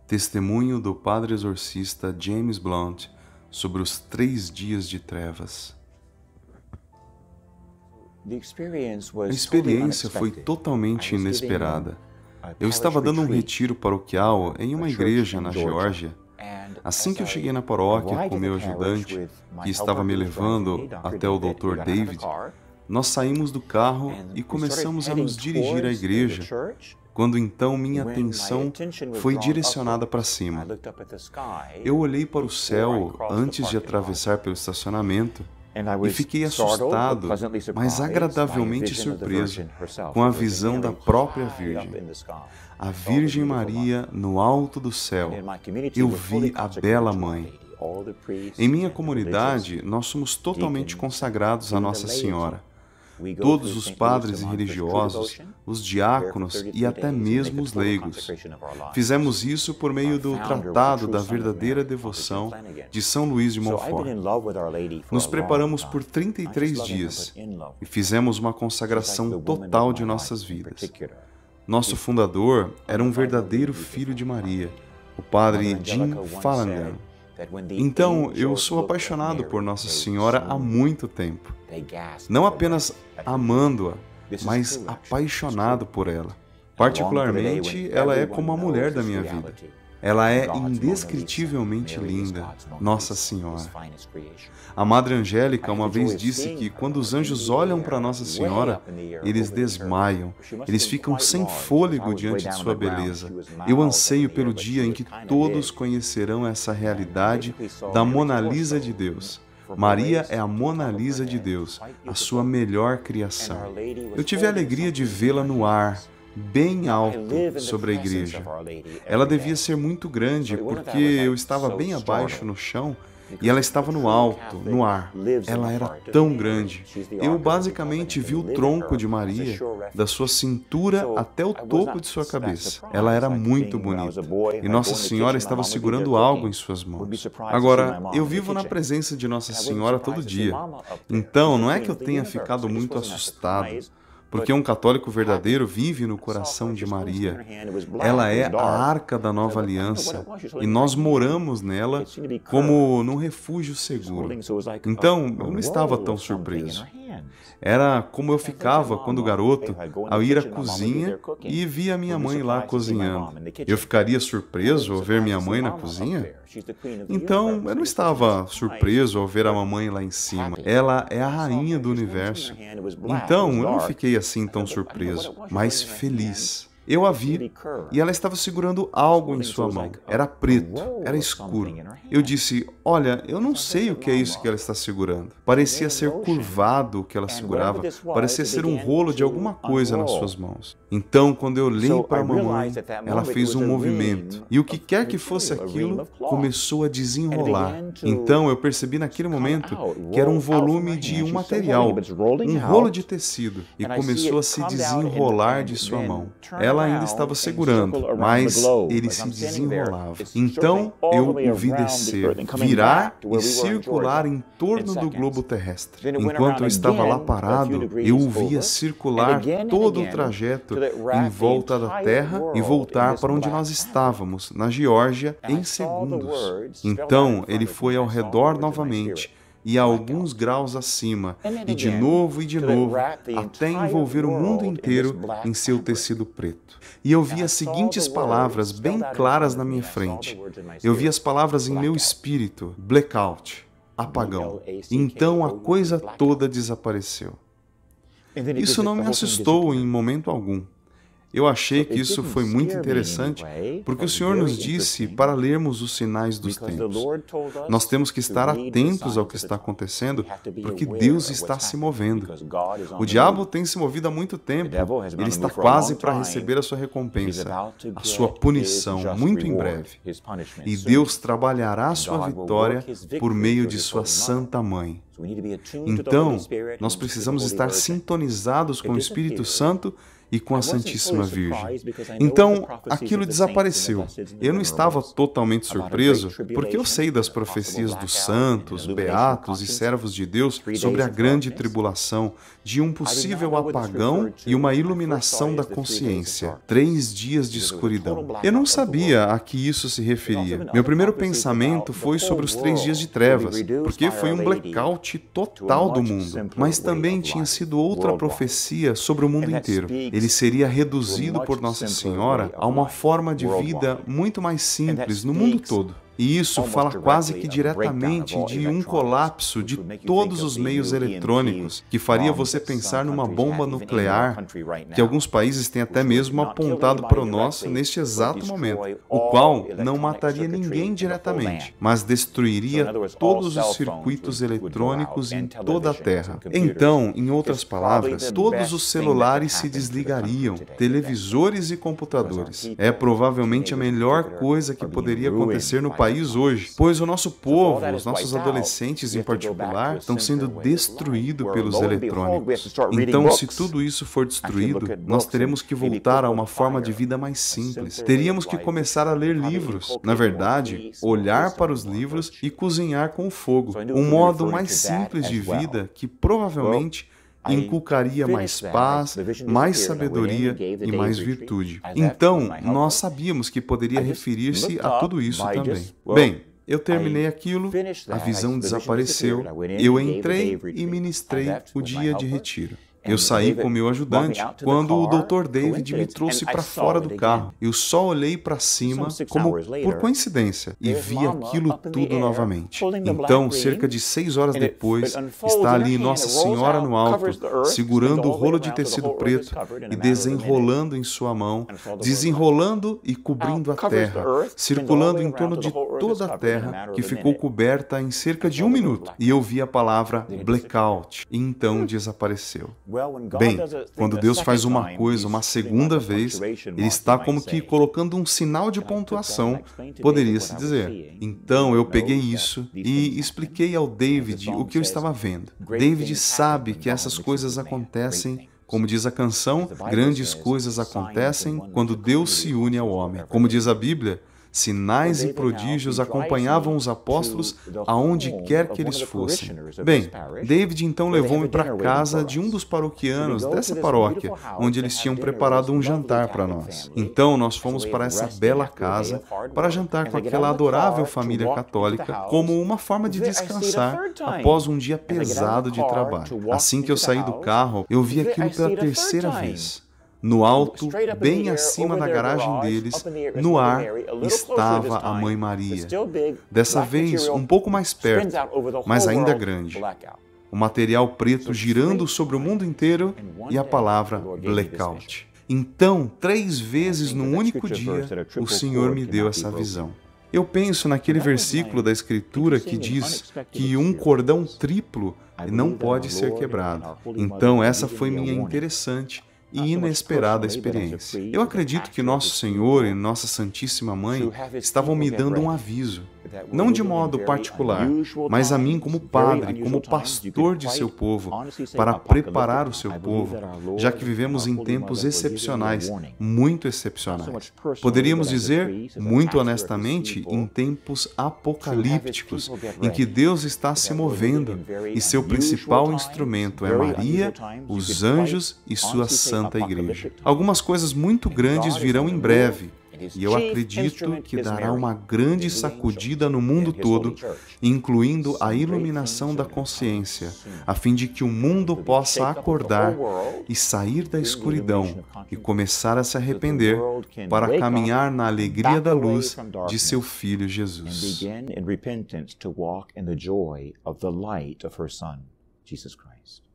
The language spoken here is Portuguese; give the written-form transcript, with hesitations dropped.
Testemunho do padre exorcista James Blunt sobre os 3 dias de trevas. A experiência foi totalmente inesperada. Eu estava dando um retiro paroquial em uma igreja na Geórgia. Assim que eu cheguei na paróquia com meu ajudante, que estava me levando até o Dr. David, nós saímos do carro e começamos a nos dirigir à igreja, quando então minha atenção foi direcionada para cima. Eu olhei para o céu antes de atravessar pelo estacionamento e fiquei assustado, mas agradavelmente surpreso com a visão da própria Virgem. A Virgem Maria no alto do céu. Eu vi a bela Mãe. Em minha comunidade, nós somos totalmente consagrados a Nossa Senhora. Todos os padres e religiosos, os diáconos e até mesmo os leigos. Fizemos isso por meio do Tratado da Verdadeira Devoção de São Luís de Montfort. Nos preparamos por 33 dias e fizemos uma consagração total de nossas vidas. Nosso fundador era um verdadeiro filho de Maria, o padre Jim Falangam. Então, eu sou apaixonado por Nossa Senhora há muito tempo. Não apenas amando-a, mas apaixonado por ela. Particularmente, ela é como a mulher da minha vida. Ela é indescritivelmente linda, Nossa Senhora. A Madre Angélica uma vez disse que quando os anjos olham para Nossa Senhora, eles desmaiam, eles ficam sem fôlego diante de sua beleza. Eu anseio pelo dia em que todos conhecerão essa realidade da Mona Lisa de Deus. Maria é a Mona Lisa de Deus, a sua melhor criação. Eu tive a alegria de vê-la no ar, bem alto sobre a igreja. Ela devia ser muito grande, porque eu estava bem abaixo no chão e ela estava no alto, no ar. Ela era tão grande. Eu basicamente vi o tronco de Maria, da sua cintura até o topo de sua cabeça. Ela era muito bonita. E Nossa Senhora estava segurando algo em suas mãos. Agora, eu vivo na presença de Nossa Senhora todo dia. Então, não é que eu tenha ficado muito assustado, porque um católico verdadeiro vive no coração de Maria. Ela é a arca da nova aliança e nós moramos nela como num refúgio seguro. Então, eu não estava tão surpreso. Era como eu ficava quando garoto, ao ir à cozinha e via minha mãe lá cozinhando. Eu ficaria surpreso ao ver minha mãe na cozinha? Então, eu não estava surpreso ao ver a mamãe lá em cima. Ela é a rainha do universo. Então, eu não fiquei assim tão surpreso, mas feliz. Eu a vi e ela estava segurando algo em sua mão. Era preto, era escuro. Eu disse, olha, eu não sei o que é isso que ela está segurando. Parecia ser curvado o que ela segurava, parecia ser um rolo de alguma coisa nas suas mãos. Então, quando eu olhei para a mamãe, ela fez um movimento. E o que quer que fosse aquilo, começou a desenrolar. Então, eu percebi naquele momento que era um volume de um material, um rolo de tecido, e começou a se desenrolar de sua mão. Ela ainda estava segurando, mas ele se desenrolava. Então eu o vi descer, virar e circular em torno do globo terrestre. Enquanto eu estava lá parado, eu o via circular todo o trajeto em volta da Terra e voltar para onde nós estávamos, na Geórgia, em segundos. Então ele foi ao redor novamente, e a alguns graus acima, e de novo, até envolver o mundo inteiro em seu tecido preto. E eu vi as seguintes palavras bem claras na minha frente. Eu vi as palavras em meu espírito, blackout, apagão. Então a coisa toda desapareceu. Isso não me assustou em momento algum. Eu achei que isso foi muito interessante, porque o Senhor nos disse para lermos os sinais dos tempos. Nós temos que estar atentos ao que está acontecendo, porque Deus está se movendo. O diabo tem se movido há muito tempo. Ele está quase para receber a sua recompensa, a sua punição, muito em breve. E Deus trabalhará a sua vitória por meio de sua Santa Mãe. Então, nós precisamos estar sintonizados com o Espírito Santo e com a Santíssima Virgem. Então, aquilo desapareceu. Eu não estava totalmente surpreso, porque eu sei das profecias dos santos, beatos e servos de Deus sobre a grande tribulação, de um possível apagão e uma iluminação da consciência. 3 dias de escuridão. Eu não sabia a que isso se referia. Meu primeiro pensamento foi sobre os 3 dias de trevas, porque foi um blackout total do mundo. Mas também tinha sido outra profecia sobre o mundo inteiro. Ele seria reduzido por Nossa Senhora a uma forma de vida muito mais simples no mundo todo. E isso fala quase que diretamente de um colapso de todos os meios eletrônicos, que faria você pensar numa bomba nuclear, que alguns países têm até mesmo apontado para o nosso neste exato momento, o qual não mataria ninguém diretamente, mas destruiria todos os circuitos eletrônicos em toda a Terra. Então, em outras palavras, todos os celulares se desligariam, televisores e computadores. É provavelmente a melhor coisa que poderia acontecer no país hoje, pois o nosso povo, os nossos adolescentes em particular, estão sendo destruídos pelos eletrônicos. Então, se tudo isso for destruído, nós teremos que voltar a uma forma de vida mais simples. Teríamos que começar a ler livros. Na verdade, olhar para os livros e cozinhar com o fogo. Um modo mais simples de vida que provavelmente inculcaria mais paz, mais sabedoria e mais virtude. Então, nós sabíamos que poderia referir-se a tudo isso também. Bem, eu terminei aquilo, a visão desapareceu, eu entrei e ministrei o dia de retiro. Eu saí com meu ajudante quando o Dr. David me trouxe para fora do carro. Eu só olhei para cima, como por coincidência, e vi aquilo tudo novamente. Então, cerca de 6 horas depois, está ali Nossa Senhora no alto, segurando o rolo de tecido preto e desenrolando em sua mão, desenrolando e cobrindo a terra, circulando em torno de toda a terra, que ficou coberta em cerca de 1 minuto. E eu vi a palavra blackout, e então desapareceu. Bem, quando Deus faz uma coisa uma segunda vez, Ele está como que colocando um sinal de pontuação, poderia-se dizer. Então eu peguei isso e expliquei ao David o que eu estava vendo. David sabe que essas coisas acontecem. Como diz a canção, grandes coisas acontecem quando Deus se une ao homem. Como diz a Bíblia, sinais e prodígios acompanhavam os apóstolos aonde quer que eles fossem. Bem, David então levou-me para a casa de um dos paroquianos dessa paróquia, onde eles tinham preparado um jantar para nós. Então nós fomos para essa bela casa para jantar com aquela adorável família católica como uma forma de descansar após um dia pesado de trabalho. Assim que eu saí do carro, eu vi aquilo pela 3ª vez. No alto, bem acima da garagem deles, no ar, estava a Mãe Maria. Dessa vez, um pouco mais perto, mas ainda grande. O material preto girando sobre o mundo inteiro e a palavra blackout. Então, 3 vezes num único dia, o Senhor me deu essa visão. Eu penso naquele versículo da Escritura que diz que um cordão triplo não pode ser quebrado. Então, essa foi minha interessante e inesperada experiência. Eu acredito que Nosso Senhor e Nossa Santíssima Mãe estavam me dando um aviso, não de modo particular, mas a mim como padre, como pastor de seu povo, para preparar o seu povo, já que vivemos em tempos excepcionais, muito excepcionais. Poderíamos dizer, muito honestamente, em tempos apocalípticos, em que Deus está se movendo e seu principal instrumento é Maria, os anjos e sua Santa Igreja. Algumas coisas muito grandes virão em breve, e eu acredito que dará uma grande sacudida no mundo todo, incluindo a iluminação da consciência, a fim de que o mundo possa acordar e sair da escuridão e começar a se arrepender para caminhar na alegria da luz de seu Filho Jesus. Jesus Christ.